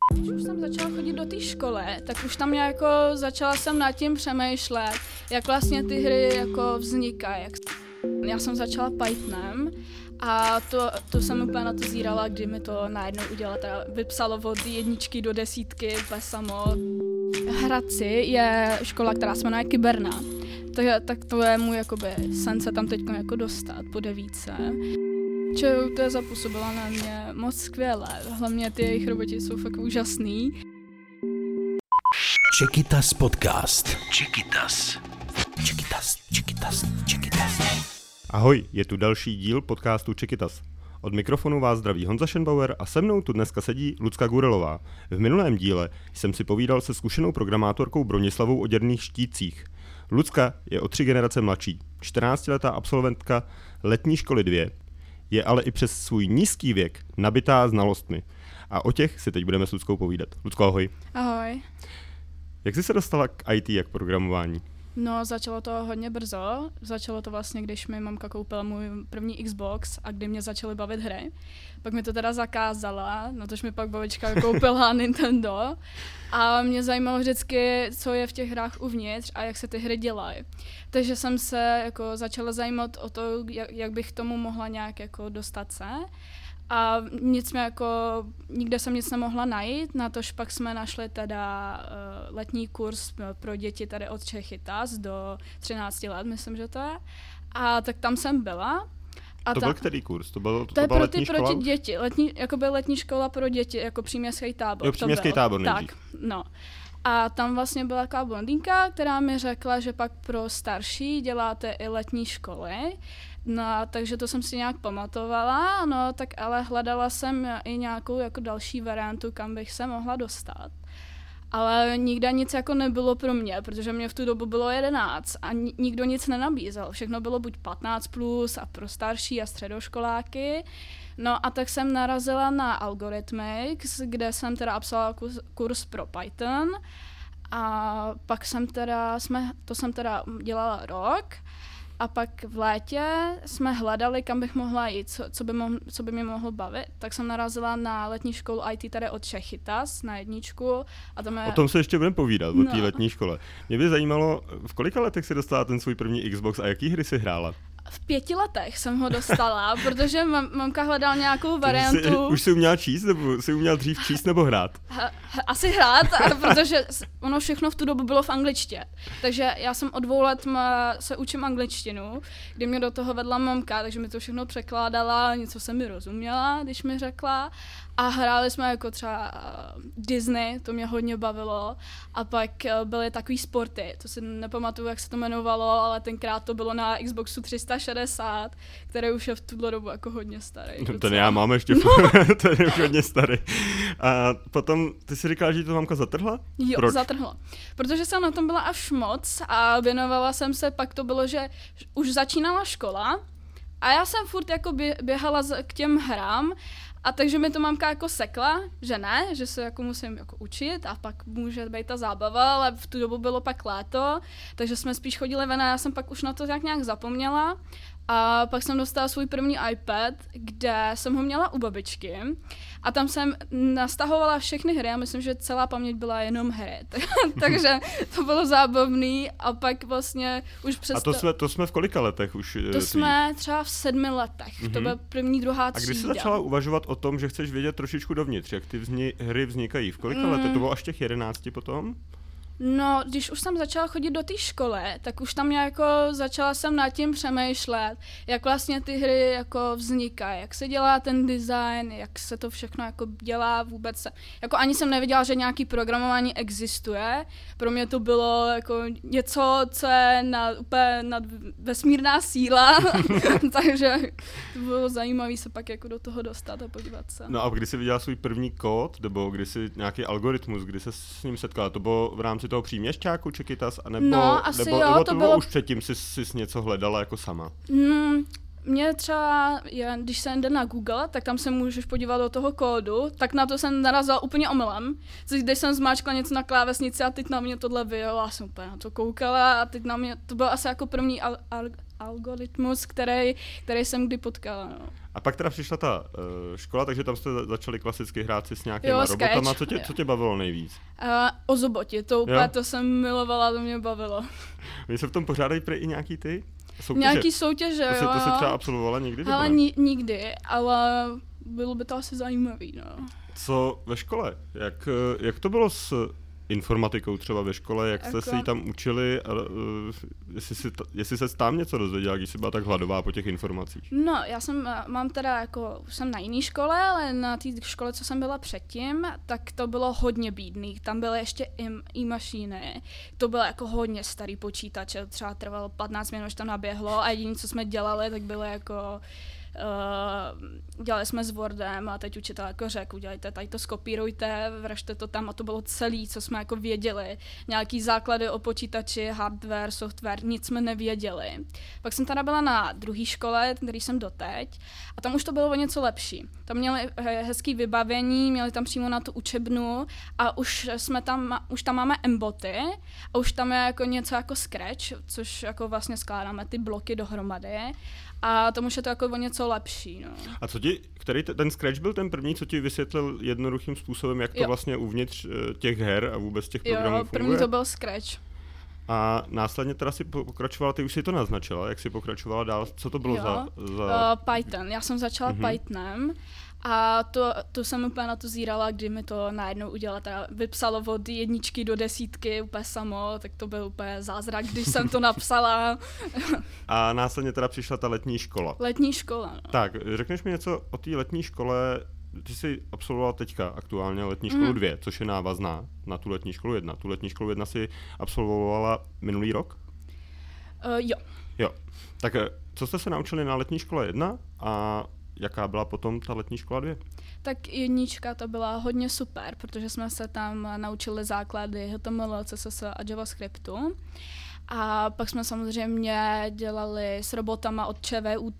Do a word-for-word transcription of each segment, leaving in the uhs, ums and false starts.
Když už jsem začala chodit do té školy, tak už tam jako začala jsem nad tím přemýšlet, jak vlastně ty hry jako vznikají. Jak... Já jsem začala Pythonem a to, to jsem úplně na to zírala, kdy mi to najednou udělalo, teda vypsalo od jedničky do desítky samo. Hradci je škola, která se jmenuje Kyberna. Tak, tak to je můj jakoby sen se tam teď jako dostat po devíce. Čo to je zapůsobilo na mě moc skvěle. Hlavně ty jejich roboti jsou fakt úžasný. Chiquitas podcast. Chiquitas. Chiquitas, Chiquitas, Chiquitas. Ahoj, je tu další díl podcastu Chiquitas. Od mikrofonu vás zdraví Honza Schenbauer a se mnou tu dneska sedí Lucka Gurelová. V minulém díle jsem si povídal se zkušenou programátorkou Bronislavou o děrných štítcích. Lucka je o tři generace mladší, čtrnáctiletá absolventka letní školy dvě, je ale i přes svůj nízký věk nabitá znalostmi. A o těch si teď budeme s Luckou povídat. Lucko, ahoj. Ahoj. Jak jsi se dostala k í té, jak programování? No, začalo to hodně brzo. Začalo to vlastně, když mi mamka koupila můj první Xbox a kdy mě začaly bavit hry. Pak mi to teda zakázala, na tož mi pak babička koupila Nintendo. A mě zajímalo vždycky, co je v těch hrách uvnitř a jak se ty hry dělají. Takže jsem se jako začala zajímat o to, jak, jak bych tomu mohla nějak jako dostat se. A nic mě jako, nikde jsem nic nemohla najít, natož pak jsme našli teda uh, letní kurz pro děti tady od Chiquitas do třinácti let, myslím, že to je. A tak tam jsem byla. A to ta, byl který kurz? To, byl, to, to je to byla pro letní ty škola? proti děti, letní, jakoby letní škola pro děti, jako příměstský tábor. Jo, příměstský tábor nejdřív. Tak, no. A tam vlastně byla taková blondýnka, která mi řekla, že pak pro starší děláte i letní školy. No, takže to jsem si nějak pamatovala, no, tak ale hledala jsem i nějakou jako další variantu, kam bych se mohla dostat. Ale nikde nic jako nebylo pro mě, protože mě v tu dobu bylo jedenáct a nikdo nic nenabízel. Všechno bylo buď patnáct plus a pro starší a středoškoláky. No a tak jsem narazila na Algorithmics, kde jsem teda absolvovala kurz pro Python. A pak jsem teda, jsme, to jsem teda dělala rok. A pak v létě jsme hledali, kam bych mohla jít, co, co, by, mohl, co by mě mohlo bavit. Tak jsem narazila na letní školu í té tady od Chiquitas na jedničku. A tam je... O tom se ještě budeme povídat, no. O té letní škole. Mě by zajímalo, v kolika letech si dostala ten svůj první Xbox a jaký hry si hrála? V pěti letech jsem ho dostala, protože mam, mamka hledala nějakou variantu. Jsi, už jsi uměla číst, nebo jsi uměla dřív číst nebo hrát? H- h- asi hrát, protože ono všechno v tu dobu bylo v angličtině. Takže já jsem od dvou let ma, se učím angličtinu, kdy mě do toho vedla mamka, takže mi to všechno překládala, něco jsem mi rozuměla, když mi řekla. A hráli jsme jako třeba Disney, to mě hodně bavilo. A pak byly takový sporty, to si nepamatuju, jak se to jmenovalo, ale tenkrát to bylo na Xboxu tři sta šedesát, který už je v tuhle dobu jako hodně starý. No, ten já mám ještě, no. Ten je už hodně starý. A potom, ty si říkala, že to mamka zatrhla? Jo, Proč? zatrhla. Protože jsem na tom byla až moc a věnovala jsem se, pak to bylo, že už začínala škola a já jsem furt jako běhala k těm hrám. A takže mi to mamka jako sekla, že ne, že se jako musím jako učit a pak může být ta zábava, ale v tu dobu bylo pak léto, takže jsme spíš chodili ven a já jsem pak už na to nějak, nějak zapomněla. A pak jsem dostala svůj první iPad, kde jsem ho měla u babičky a tam jsem nastahovala všechny hry a myslím, že celá paměť byla jenom hry. Takže to bylo zábavný a pak vlastně už přesto... A to jsme, to jsme v kolika letech už? To tvý? jsme třeba v sedmi letech, mm-hmm. To byla první, druhá třída. A když jsi začala uvažovat o tom, že chceš vědět trošičku dovnitř, jak ty vzni- hry vznikají, v kolika mm. letech? To bylo až těch jedenácti potom? No, když už jsem začala chodit do té školy, tak už tam jako začala jsem nad tím přemýšlet, jak vlastně ty hry jako vznikají, jak se dělá ten design, jak se to všechno jako dělá vůbec. Se, jako ani jsem nevěděla, že nějaký programování existuje. Pro mě to bylo jako něco, co je na, úplně nad vesmírná síla, takže to bylo zajímavé se pak jako do toho dostat a podívat se. No a kdy jsi viděla svůj první kód, nebo kdy jsi nějaký algoritmus, kdy se s ním setkala, to bylo v rámci toho příměšťáku Chiquitas, anebo, no, asi nebo, jo, nebo to, to bylo, bylo už předtím, jsi, jsi něco hledala jako sama? Mm, mě třeba, je, když se jde na Google, tak tam se můžeš podívat do toho kódu, tak na to jsem narazila úplně omylem. Když jsem zmáčkla něco na klávesnici a teď na mě tohle vyjelo, já jsem úplně na to koukala a teď na mě, to byl asi jako první al, al, algoritmus, který, který jsem kdy potkala. No. A pak teda přišla ta uh, škola, takže tam jste začali klasicky hrát si s nějakýma jo, robotama. Sketch, co, tě, co tě bavilo nejvíc? Uh, o zoboti, to úplně, jo? To jsem milovala, to mě bavilo. Oni se v tom pořádají prý i nějaký ty soutěže? Nějaký soutěže, to jo. Si, to si třeba absolvovala někdy? Ale ni- nikdy, ale bylo by to asi zajímavý, no. Co ve škole? Jak, jak to bylo s informatikou třeba ve škole, jak jste jako... si ji tam učili a uh, jestli, si ta, jestli se tam něco dozvěděla, když jsi byla tak hladová po těch informacích? No, já jsem, mám teda jako, už jsem na jiný škole, ale na té škole, co jsem byla předtím, tak to bylo hodně bídný. Tam byly ještě i mašiny, to bylo jako hodně starý počítače, třeba trvalo patnáct minut, než to naběhlo a jediné, co jsme dělali, tak bylo jako Uh, dělali jsme s Wordem a teď učitel jako řekl, udělejte, tady to skopírujte, vražte to tam a to bylo celý, co jsme jako věděli. Nějaký základy o počítači, hardware, software, nic jsme nevěděli. Pak jsem teda byla na druhé škole, který jsem doteď a tam už to bylo o něco lepší. Tam měli hezký vybavení, měli tam přímo na tu učebnu a už jsme tam, už tam máme emboty a už tam je jako něco jako Scratch, což jako vlastně skládáme ty bloky dohromady. A tomu je to jako o něco lepší, no. A co ti, který t- ten Scratch byl ten první, co ti vysvětlil jednoduchým způsobem, jak to jo. vlastně uvnitř těch her a vůbec těch programů jo, funguje? První to byl Scratch. A následně teda si pokračovala, ty už si to naznačila, jak si pokračovala dál, co to bylo jo. za... za... Uh, Python, já jsem začala mm-hmm. Pythonem a to, to jsem úplně na to zírala, kdy mi to najednou udělala, teda vypsalo od jedničky do desítky úplně samo, tak to byl úplně zázrak, když jsem to napsala. A následně teda přišla ta letní škola. Letní škola, no. Tak, řekneš mi něco o té letní škole. Ty jsi absolvovala teďka aktuálně letní školu dvě, mm. což je návazná na tu letní školu jedna. Tu letní školu jedna si absolvovala minulý rok? Uh, jo. Jo. Tak co jste se naučili na letní škole jedna a jaká byla potom ta letní škola dvě? Tak jednička to byla hodně super, protože jsme se tam naučili základy H T M L, C S S a JavaScriptu. A pak jsme samozřejmě dělali s robotama od ČVUT,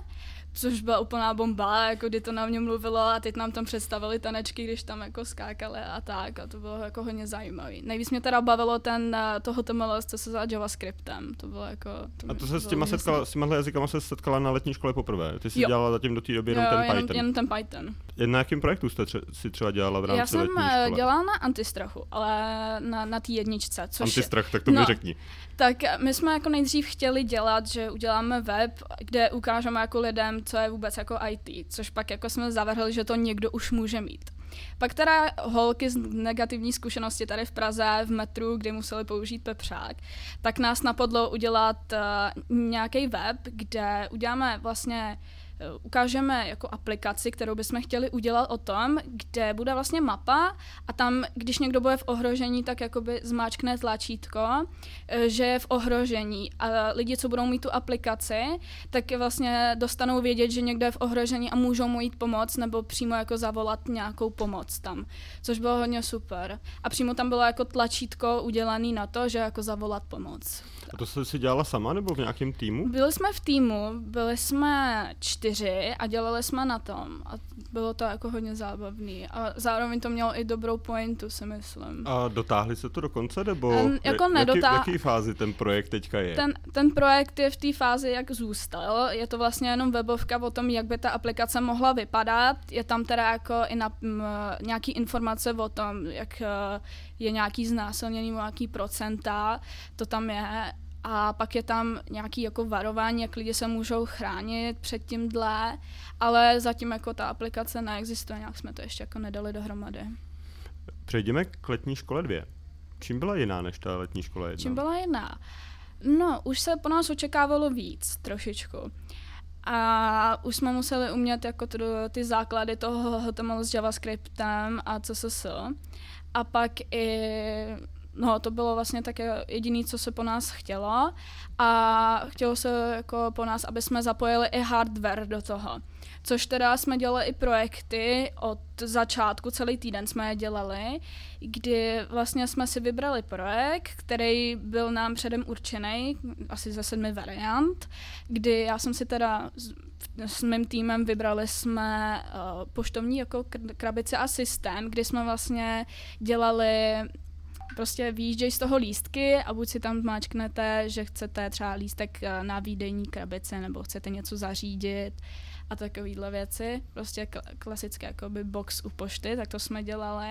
což byla úplná bomba, jako kdy to na mě mluvilo a teď nám tam představili tanečky, když tam jako skákali a tak a to bylo jako hodně zajímavý. Nejvíc mě teda bavilo ten toho H T M L s C S S a JavaScriptem, to bylo jako... To a to se s těma setkala, s těma jazykama se setkala na letní škole poprvé, ty jsi jo. dělala zatím do té doby jenom jo, ten jenom, Python. jenom ten Python. Na jakém projektu jste tře- si třeba dělala v rámci Já jsem letní školy? dělala na Antistrachu, ale na, na té jedničce, což Antistrach, tak to mi no, řekni. Tak my jsme jako nejdřív chtěli dělat, že uděláme web, kde ukážeme jako lidem, co je vůbec jako í té, což pak jako jsme zavrhli, že to někdo už může mít. Pak teda holky z negativní zkušenosti tady v Praze, v metru, kde museli použít pepřák, tak nás napadlo udělat uh, nějaký web, kde uděláme vlastně ukážeme jako aplikaci, kterou bychom chtěli udělat o tom, kde bude vlastně mapa a tam, když někdo bude v ohrožení, tak jakoby zmáčkne tlačítko, že je v ohrožení a lidi, co budou mít tu aplikaci, tak vlastně dostanou vědět, že někdo je v ohrožení a můžou mu jít pomoct nebo přímo jako zavolat nějakou pomoc tam, což bylo hodně super. A přímo tam bylo jako tlačítko udělané na to, že jako zavolat pomoc. A to jsi si dělala sama nebo v nějakém týmu? Byli jsme v týmu, byli jsme čtyři a dělali jsme na tom a bylo to jako hodně zábavný a zároveň to mělo i dobrou pointu, si myslím. A dotáhli se to do konce, nebo um, jako jak, nedotá... v jaké fázi ten projekt teďka je? Ten, ten projekt je v té fázi, jak zůstal, je to vlastně jenom webovka o tom, jak by ta aplikace mohla vypadat, je tam teda jako i na, m, nějaký informace o tom, jak je nějaký znásilněný, nějaký procenta, to tam je. A pak je tam nějaký jako varování, jak lidi se můžou chránit před tímhle, ale zatím jako ta aplikace neexistuje, nějak jsme to ještě jako nedali dohromady. Přejdeme k letní škole dvě. Čím byla jiná než ta letní škola jedna? Čím byla jiná? No, už se po nás očekávalo víc, trošičku. A už jsme museli umět jako ty, ty základy toho H T M L s JavaScriptem a C S S. A pak i no, to bylo vlastně také jediné, co se po nás chtělo a chtělo se jako po nás, aby jsme zapojili i hardware do toho. Což teda jsme dělali i projekty od začátku, celý týden jsme je dělali, kdy vlastně jsme si vybrali projekt, který byl nám předem určený, asi ze sedmi variant, kdy já jsem si teda s, s mým týmem vybrali jsme uh, poštovní jako krabice a systém, kdy jsme vlastně dělali prostě výjíždějí z toho lístky a buď si tam máčknete, že chcete třeba lístek na výdejní krabice nebo chcete něco zařídit a takovýhle věci. Prostě klasické jakoby box u pošty, tak to jsme dělali.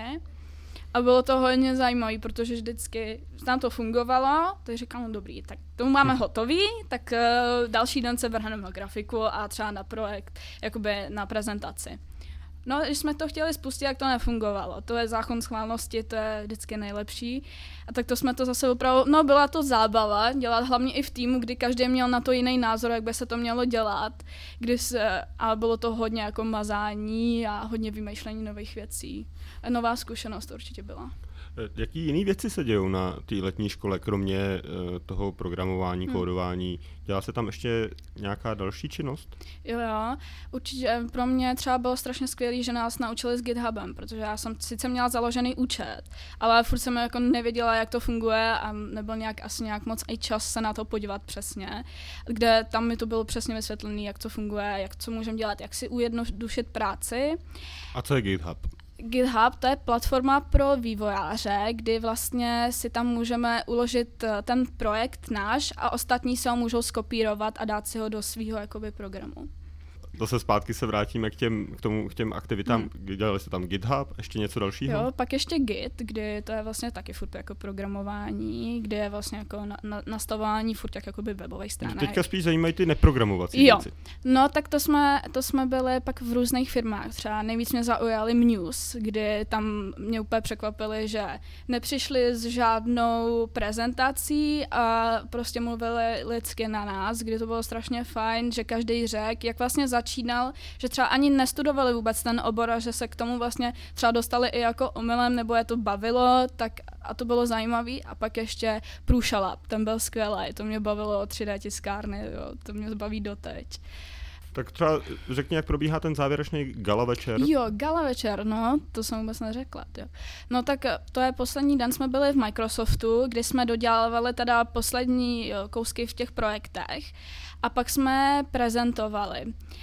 A bylo to hodně zajímavé, protože vždycky nám to fungovalo, tak říkám, no dobrý, tak to máme hotový, tak uh, další den se vrhneme na grafiku a třeba na projekt, jakoby na prezentaci. No, když jsme to chtěli spustit, jak to nefungovalo. To je zákon schválnosti, to je vždycky nejlepší. A tak to jsme to zase opravdu, no byla to zábava, dělat hlavně i v týmu, kdy každý měl na to jiný názor, jak by se to mělo dělat. Kdy se, a bylo to hodně jako mazání a hodně vymýšlení nových věcí. A nová zkušenost to určitě byla. Jaký jiný věci se dějou na té letní škole, kromě uh, toho programování, kódování? Dělá se tam ještě nějaká další činnost? Jo, jo. Určitě pro mě třeba bylo strašně skvělý, že nás naučili s GitHubem, protože já jsem sice měla založený účet, ale furt jsem jako nevěděla, jak to funguje a nebyl nějak asi nějak moc i čas se na to podívat přesně, kde tam mi to bylo přesně vysvětlené, jak to funguje, jak co můžeme dělat, jak si ujednodušit práci. A co je GitHub? GitHub to je platforma pro vývojáře, kdy vlastně si tam můžeme uložit ten projekt náš a ostatní se ho můžou skopírovat a dát si ho do svého jakoby programu. Zase zpátky se vrátíme k těm, k tomu, k těm aktivitám. Hmm. Dělali jste tam GitHub, ještě něco dalšího? Jo, pak ještě Git, kdy to je vlastně taky furt jako programování, kde je vlastně jako na, na, nastavování furt jak jakoby webových stránek. Teďka spíš zajímají ty neprogramovací jo. věci. No tak to jsme, to jsme byli pak v různých firmách. Třeba nejvíc mě zaujali Muse, kdy tam mě úplně překvapili, že nepřišli s žádnou prezentací a prostě mluvili lidsky na nás, kdy to bylo strašně fajn, že každý řekl, jak vlastně začínal, že třeba ani nestudovali vůbec ten obor a že se k tomu vlastně třeba dostali i jako omylem, nebo je to bavilo, tak a to bylo zajímavý. A pak ještě Průšalab, ten byl skvělý, to mě bavilo tři dé tiskárny, jo, to mě baví doteď. Tak třeba řekni, jak probíhá ten závěrečný gala večer. Jo, gala večer, no, to jsem vůbec neřekla, jo. No tak to je poslední den, jsme byli v Microsoftu, kdy jsme dodělávali teda poslední kousky v těch projektech a pak jsme prezentovali.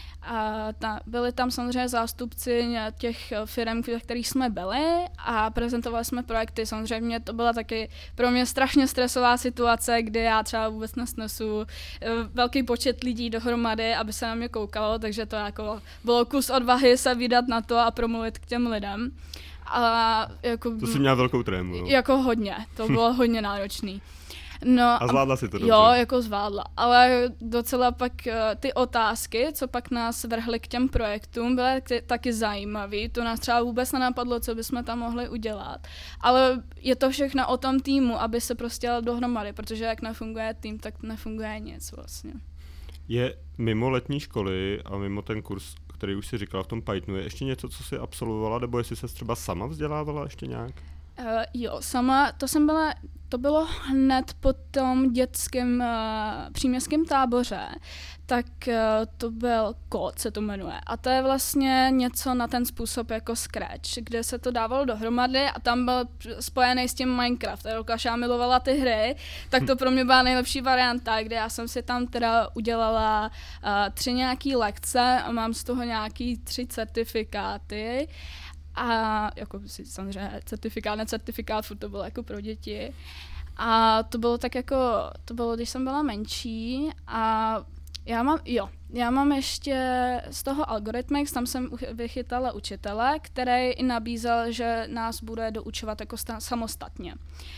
A ta, byli tam samozřejmě zástupci těch firm, v kterých jsme byli a prezentovali jsme projekty. Samozřejmě to byla taky pro mě strašně stresová situace, kdy já třeba vůbec nesnesu velký počet lidí dohromady, aby se na mě koukalo, takže to jako bylo kus odvahy se vydat na to a promluvit k těm lidem. A jako, to jsi měla velkou trému. No? Jako hodně, to bylo hodně náročný. No, a zvládla si to dobře? Jo, jako zvládla, ale docela pak uh, ty otázky, co pak nás vrhly k těm projektům, byly t- taky zajímavý. To nás třeba vůbec nenapadlo, co bychom tam mohli udělat. Ale je to všechno o tom týmu, aby se prostě dal dohromady, protože jak nefunguje tým, tak nefunguje nic vlastně. Je mimo letní školy a mimo ten kurz, který už si říkala v tom Pythonu, je ještě něco, co jsi absolvovala, nebo jestli se třeba sama vzdělávala ještě nějak? Uh, jo, sama, to jsem byla, to bylo hned po tom dětském uh, příměstském táboře, tak uh, to byl kód, se to jmenuje. A to je vlastně něco na ten způsob jako Scratch, kde se to dávalo dohromady a tam byl spojený s tím Minecraft. A Lukáš, já milovala ty hry, tak to pro mě byla nejlepší varianta, kde já jsem si tam teda udělala uh, tři nějaký lekce a mám z toho nějaký tři certifikáty. A jako si samozřejmě certifikát, necertifikát, furt to bylo jako pro děti. A to bylo tak jako, to bylo, když jsem byla menší a já mám, jo, já mám ještě z toho Algorithmix, tam jsem vychytala učitele, který i nabízel, že nás bude doučovat jako sta- samostatně.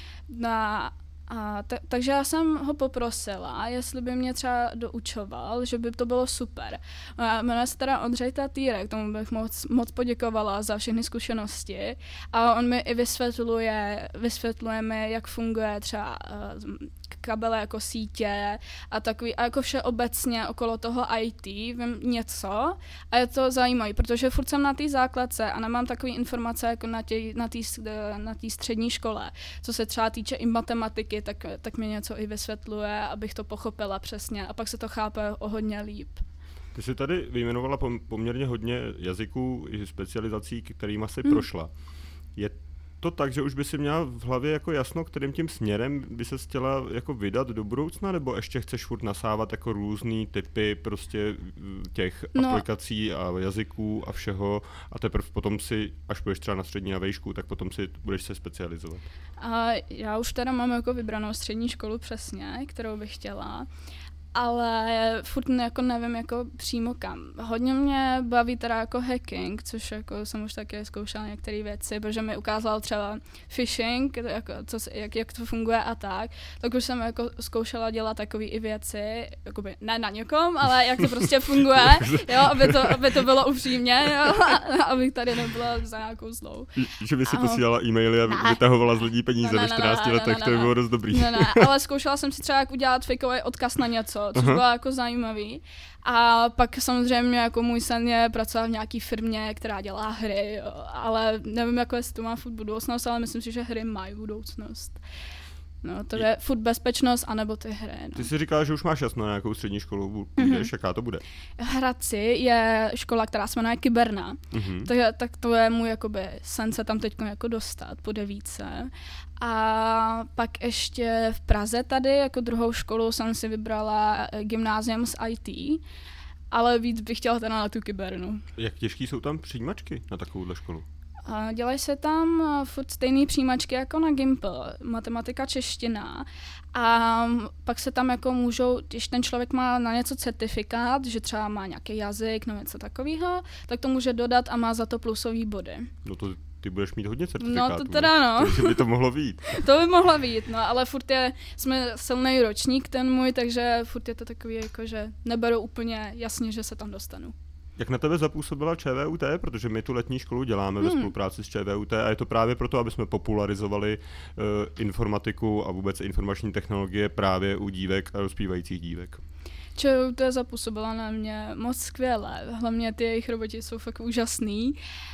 Na A t- takže já jsem ho poprosila, jestli by mě třeba doučoval, že by to bylo super. Jmenuje se teda Ondřej Tatýrek, tomu bych moc, moc poděkovala za všechny zkušenosti. A on mi i vysvětluje, vysvětluje mi, jak funguje třeba uh, kabele jako sítě a takový, a jako vše obecně okolo toho í té, vím něco a je to zajímavé, protože furt jsem na té základce a nemám takové informace jako na té na na střední škole, co se třeba týče i matematiky, tak, tak mi něco i vysvětluje, abych to pochopila přesně a pak se to chápe o hodně líp. Ty jsi tady vyjmenovala poměrně hodně jazyků i specializací, kterými jsi hmm. prošla. Je to tak, že už by si měla v hlavě jako jasno, kterým tím směrem by se chtěla jako vydat do budoucna, nebo ještě chceš furt nasávat jako různý typy prostě těch no. aplikací a jazyků a všeho a teprve potom si, až budeš třeba na střední na vejšku, tak potom si budeš se specializovat? A já už teda mám jako vybranou střední školu přesně, kterou bych chtěla. Ale furt jako nevím jako přímo kam. Hodně mě baví teda jako hacking, což jako jsem už taky zkoušela některé věci, protože mi ukázal třeba phishing, jako co, jak, jak to funguje a tak. Tak už jsem jako zkoušela dělat takové i věci, jakoby ne na někom, ale jak to prostě funguje, jo, aby to, aby to bylo upřímně, jo, abych tady nebyla za nějakou zlou. Že by si posílala e-maily a ne. vytahovala z lidí peníze ne, ne, ve čtrnácti ne, letech, ne, ne, to by bylo dost dobrý. Ne, ne, ale zkoušela jsem si třeba jak udělat fakeový odkaz na něco, což bylo jako zajímavý. A pak samozřejmě jako můj sen je pracovat v nějaký firmě, která dělá hry, jo. Ale nevím, jako jestli to má furt budoucnost, ale myslím si, že hry mají budoucnost. No, to je furt bezpečnost, anebo ty hry. No. Ty jsi říkala, že už máš jasno na nějakou střední školu, budeš, mm-hmm. jaká to bude? Hradci je škola, která se jmenuje Kyberna, mm-hmm. tak, tak to je můj jakoby sen se tam teď jako dostat po devíce. A pak ještě v Praze tady, jako druhou školu jsem si vybrala gymnázium z í té, ale víc bych chtěla teda na tu Kybernu. Jak těžký jsou tam přijímačky na takovouhle školu? Dělají se tam furt stejné přijímačky jako na Gimpl, matematika, čeština a pak se tam jako můžou, když ten člověk má na něco certifikát, že třeba má nějaký jazyk nebo něco takového, tak to může dodat a má za to plusový body. No to ty budeš mít hodně certifikátů. No to teda no. Takže by to mohlo být. To by mohlo být, no ale furt je, jsme silný ročník ten můj, takže furt je to takový jako, že neberu úplně jasně, že se tam dostanu. Jak na tebe zapůsobila ČVUT, protože my tu letní školu děláme hmm. ve spolupráci s ČVUT a je to právě proto, aby jsme popularizovali uh, informatiku a vůbec informační technologie právě u dívek a dospívajících dívek. ČVUT zapůsobila na mě moc skvěle, hlavně ty jejich roboti jsou fakt úžasný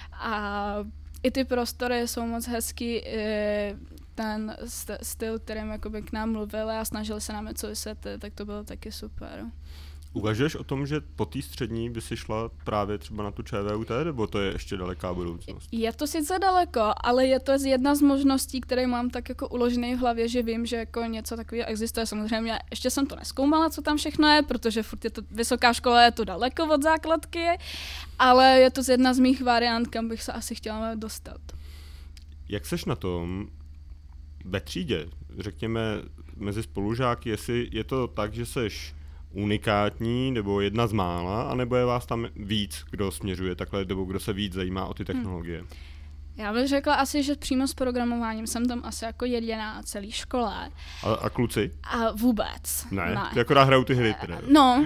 a i ty prostory jsou moc hezký, ten styl, kterým jakoby k nám mluvili a snažili se nám něco vysvětlit, tak to bylo taky super. Uvažuješ o tom, že po té střední by si šla právě třeba na tu ČVUT, nebo to je ještě daleká budoucnost? Je to sice daleko, ale je to jedna z možností, které mám tak jako uložený v hlavě, že vím, že jako něco takového existuje. Samozřejmě ještě jsem to nezkoumala, co tam všechno je, protože furt je to vysoká škola, je to daleko od základky, ale je to jedna z mých variant, kam bych se asi chtěla dostat. Jak seš na tom ve třídě, řekněme mezi spolužáky, jestli je to tak, že seš unikátní, nebo jedna z mála, anebo je vás tam víc, kdo směřuje takhle, nebo kdo se víc zajímá o ty technologie? Hmm. Já bych řekla asi, že přímo s programováním jsem tam asi jako jediná na celé škole. A, a kluci? A vůbec. Ne, ne. Ty akorát hrajou ty hry. Teda. No,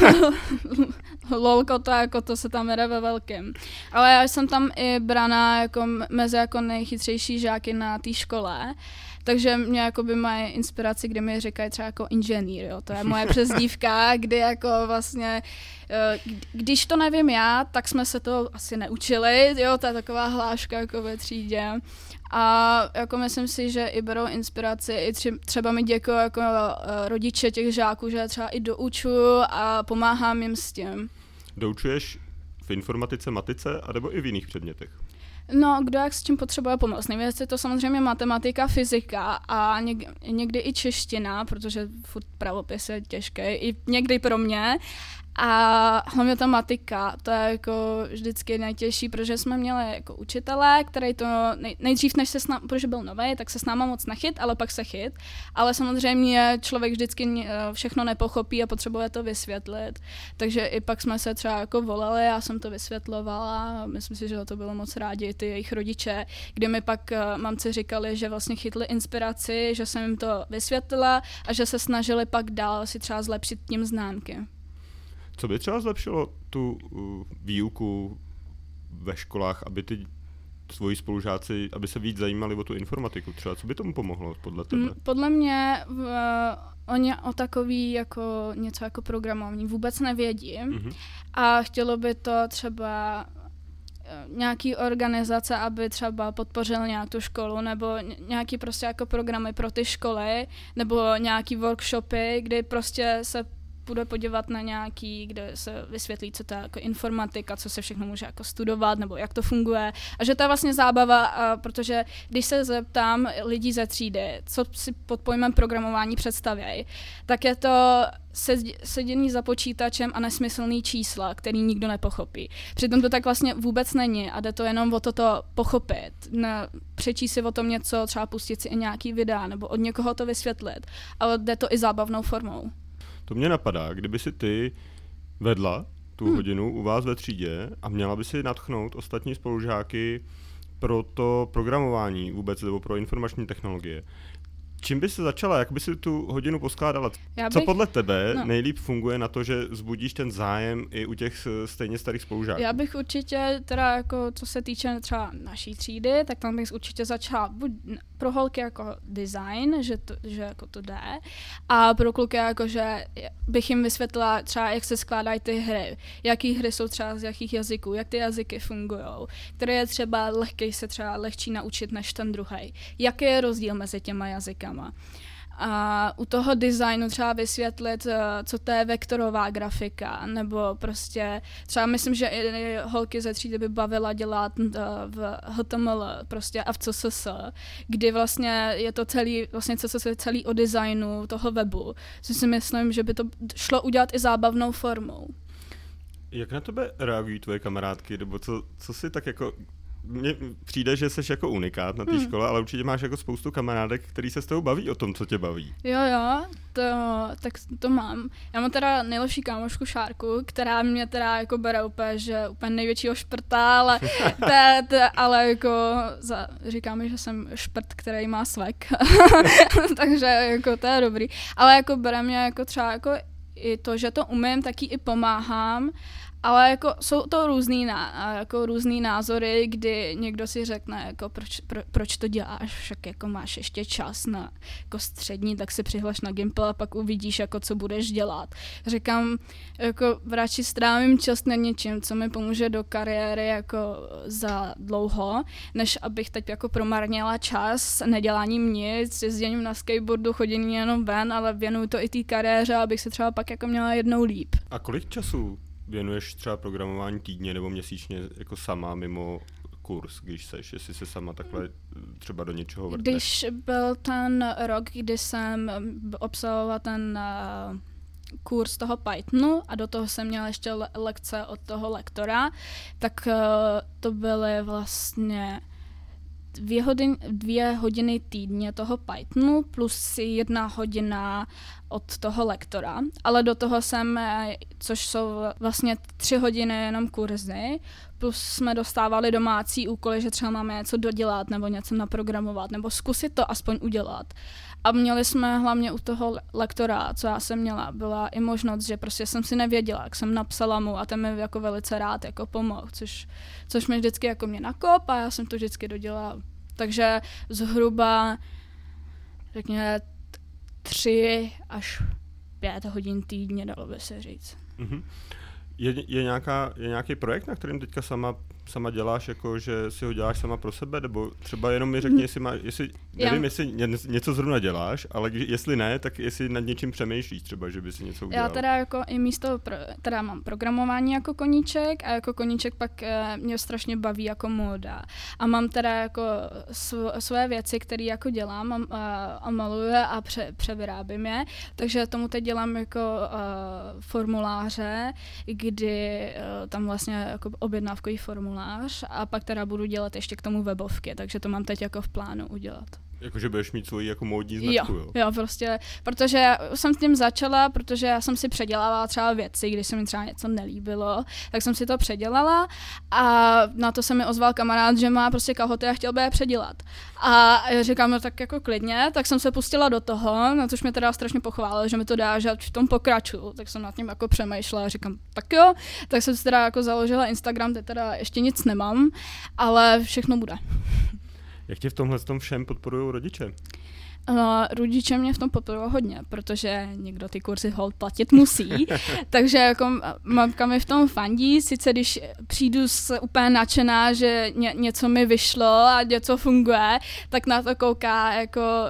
lolko to jako to se tam jde ve velkým. Ale já jsem tam i braná jako mezi jako nejchytřejší žáky na té škole. Takže mě jakoby mají inspiraci, kde mi říkají třeba jako inženýr, jo. To je moje přezdívka, kdy jako vlastně, když to nevím já, tak jsme se to asi neučili, jo, to je taková hláška jako ve třídě. A jako myslím si, že i berou inspiraci, i třeba mi děkuji jako rodiče těch žáků, že třeba i doučuju a pomáhám jim s tím. Doučuješ v informatice, matice, anebo i v jiných předmětech? No, kdo jak s tím potřebuje pomoct. Nejvíc je to samozřejmě matematika, fyzika a něk- někdy i čeština, protože furt pravopis je těžký, i někdy pro mě. A hlavně ta matika, to je jako vždycky nejtěžší, protože jsme měli jako učitele, který to nej, nejdřív, než se s námi, protože byl nový, tak se s náma moc nechyt, ale pak se chyt. Ale samozřejmě člověk vždycky všechno nepochopí a potřebuje to vysvětlit. Takže i pak jsme se třeba jako volali, já jsem to vysvětlovala a myslím si, že to bylo moc rádi ty jejich rodiče, kde mi pak mamci říkali, že vlastně chytli inspiraci, že jsem jim to vysvětlila a že se snažili pak dál si třeba zlepšit tím známky. Co by třeba zlepšilo tu uh, výuku ve školách, aby ty svoji spolužáci, aby se víc zajímali o tu informatiku třeba? Co by tomu pomohlo podle tebe? Podle mě v, oni o takový jako něco jako programování vůbec nevědí mm-hmm. a chtělo by to třeba nějaký organizace, aby třeba podpořil nějak tu školu, nebo nějaký prostě jako programy pro ty školy, nebo nějaký workshopy, kdy prostě se půjde podívat na nějaký, kde se vysvětlí, co to je jako informatika, co se všechno může jako studovat, nebo jak to funguje. A že to je vlastně zábava, a protože když se zeptám lidí ze třídy, co si pod pojmem programování představějí, tak je to sedění za počítačem a nesmyslný čísla, který nikdo nepochopí. Přitom to tak vlastně vůbec není a jde to jenom o toto pochopit. Ne, přečíst si o tom něco, třeba pustit si i nějaký videa nebo od někoho to vysvětlit, ale jde to i zábavnou formou. To mě napadá, kdyby si ty vedla tu hmm. hodinu u vás ve třídě a měla by si nadchnout ostatní spolužáky pro to programování vůbec nebo pro informační technologie. Čím by se začala, jak by si tu hodinu poskládala? Bych, Co podle tebe no. nejlíp funguje na to, že vzbudíš ten zájem i u těch stejně starých spolužáků? Já bych určitě, teda jako co se týče třeba naší třídy, tak tam bych určitě začala buď pro holky jako design, že to, že jako to jde, a pro kluky jako, že bych jim vysvětlila třeba, jak se skládají ty hry, jaký hry jsou třeba z jakých jazyků, jak ty jazyky fungujou, které je třeba lehkej se třeba lehčí naučit než ten druhý. Jaký je rozdíl mezi těma jazykama? A u toho designu třeba vysvětlit, co to je vektorová grafika, nebo prostě třeba myslím, že i holky ze třídy by bavila dělat v H T M L prostě a v C S S, kdy vlastně je to celý, vlastně C S S je celý o designu toho webu, což si myslím, že by to šlo udělat i zábavnou formou. Jak na tebe reagují tvoje kamarádky, nebo co, co si tak jako... Mně přijde, že jsi jako unikát na té hmm. škole, ale určitě máš jako spoustu kamarádek, který se s tebou baví o tom, co tě baví. Jo, jo, to, tak to mám. Já mám teda nejlepší kámošku Šárku, která mě teda jako bere úplně, že úplně největšího šprta, ale, te, te, ale jako za, říká mi, že jsem šprt, který má svek. Takže jako to je dobrý. Ale jako bere mě jako třeba jako i to, že to umím, taky i pomáhám. Ale jako jsou to různý, ná, jako různý názory, kdy někdo si řekne, jako proč, pro, proč to děláš, však jako máš ještě čas na jako střední, tak si přihlaš na Gimple a pak uvidíš, jako co budeš dělat. Říkám, jako radši strávím čas na něčím, co mi pomůže do kariéry jako za dlouho, než abych teď jako promarnila čas neděláním nic, jezděním na skateboardu, chodění jenom ven, ale věnuju to i té kariéře, abych se třeba pak jako měla jednou líp. A kolik času věnuješ třeba programování týdně nebo měsíčně jako sama mimo kurz, když seš, jestli se sama takhle třeba do něčeho vrtneš? Když byl ten rok, kdy jsem absolvovala ten uh, kurz toho Pythonu a do toho jsem měla ještě le- lekce od toho lektora, tak uh, to byly vlastně dvě hodiny, dvě hodiny týdně toho Pythonu plus jedna hodina od toho lektora, ale do toho jsem, což jsou vlastně tři hodiny jenom kurzy, plus jsme dostávali domácí úkoly, že třeba máme něco dodělat nebo něco naprogramovat nebo zkusit to aspoň udělat. A měli jsme hlavně u toho lektora, co já jsem měla, byla i možnost, že prostě jsem si nevěděla, jak jsem napsala mu a ten mi jako velice rád jako pomohl, což, což mi vždycky jako mě nakop a já jsem to vždycky dodělala. Takže zhruba řekněme tři až pět hodin týdně, dalo by se říct. Mm-hmm. Je, je, nějaká, je nějaký projekt, na kterým teďka sama, sama děláš, jako že si ho děláš sama pro sebe, nebo třeba jenom mi řekni, jestli, má, jestli nevím, Já... jestli ně, něco zrovna děláš, ale jestli ne, tak jestli nad něčím přemýšlíš třeba, že by si něco udělal. Já teda jako i místo, pro, teda mám programování jako koníček a jako koníček pak e, mě strašně baví jako móda. A mám teda jako sv, své věci, které jako dělám a, a, a maluju a pře, převyrábím je, takže tomu teď dělám jako a, formuláře, kdy uh, tam vlastně jako objednávkový formulář a pak teda budu dělat ještě k tomu webovky, takže to mám teď jako v plánu udělat. Jakože budeš mít svoji jako módní značku, jo? Jo, jo, prostě, protože jsem s tím začala, protože já jsem si předělávala třeba věci, když se mi třeba něco nelíbilo, tak jsem si to předělala a na to se mi ozval kamarád, že má prostě kalhoty a chtěl by je předělat. A já říkám, no tak jako klidně, tak jsem se pustila do toho, na což mě teda strašně pochválil, že mi to dá, že v tom pokračuju, tak jsem nad tím jako přemýšlela a říkám, tak jo, tak jsem si teda jako založila Instagram, teď teda ještě nic nemám, ale všechno bude. Jak tě v tomhle tom všem podporují rodiče? No, rodiče mě v tom podporují hodně, protože někdo ty kurzy hold platit musí, takže jako mamka mi v tom fandí, sice když přijdu s úplně nadšená, že ně, něco mi vyšlo a něco funguje, tak na to kouká jako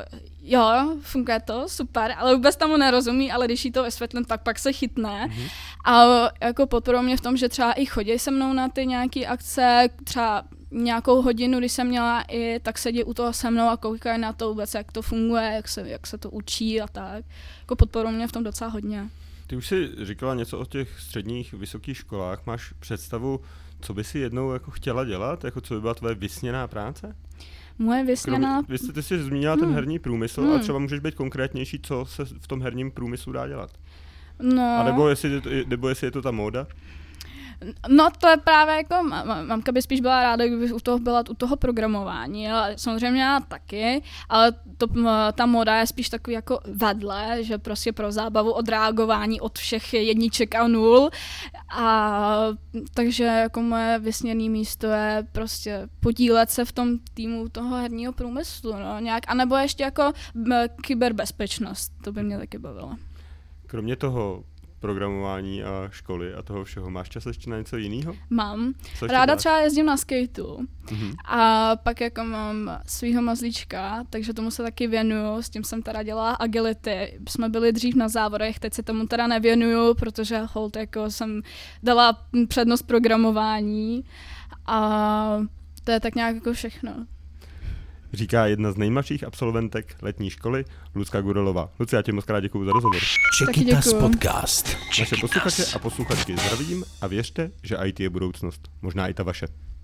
Jo, funguje to, super, ale vůbec tomu nerozumí, ale když jí to vysvětlím, tak pak se chytne. Mm-hmm. A jako podporují mě v tom, že třeba i chodí se mnou na ty nějaké akce, třeba nějakou hodinu, když jsem měla i, tak sedí u toho se mnou a koukají na to vůbec, jak to funguje, jak se, jak se to učí a tak. Jako podporují mě v tom docela hodně. Ty už jsi říkala něco o těch středních, vysokých školách. Máš představu, co by si jednou jako chtěla dělat? Jako co by byla tvoje vysněná práce? Moje vysněná... Kromě, vy jste, ty jsi zmínila ten hmm. herní průmysl, hmm. a třeba můžeš být konkrétnější, co se v tom herním průmyslu dá dělat? No... A nebo jestli, je to, nebo jestli je to ta móda? No to je právě jako, mamka by spíš byla ráda, kdyby u toho byla u toho programování, ale samozřejmě já taky, ale to, ta moda je spíš takový jako vedle, že prostě pro zábavu odreagování od všech jedniček a nul, a takže jako moje vysněné místo je prostě podílet se v tom týmu toho herního průmyslu, no, nějak, anebo ještě jako kyberbezpečnost, to by mě taky bavilo. Kromě toho programování a školy a toho všeho. Máš čas ještě na něco jiného? Mám. Ráda třeba jezdím na skateu. Mm-hmm. A pak jako mám svýho mazlíčka, takže tomu se taky věnuju. S tím jsem teda dělala agility. Jsme byli dřív na závodech, teď se tomu teda nevěnuju, protože hold jako jsem dala přednost programování. A to je tak nějak jako všechno. Říká jedna z nejmladších absolventek letní školy, Lucka Gurelová. Luci, já ti moc krát děkuju za rozhovor. Chiquitas podcast. Naše posluchače a posluchačky zdravím a věřte, že í té je budoucnost. Možná i ta vaše.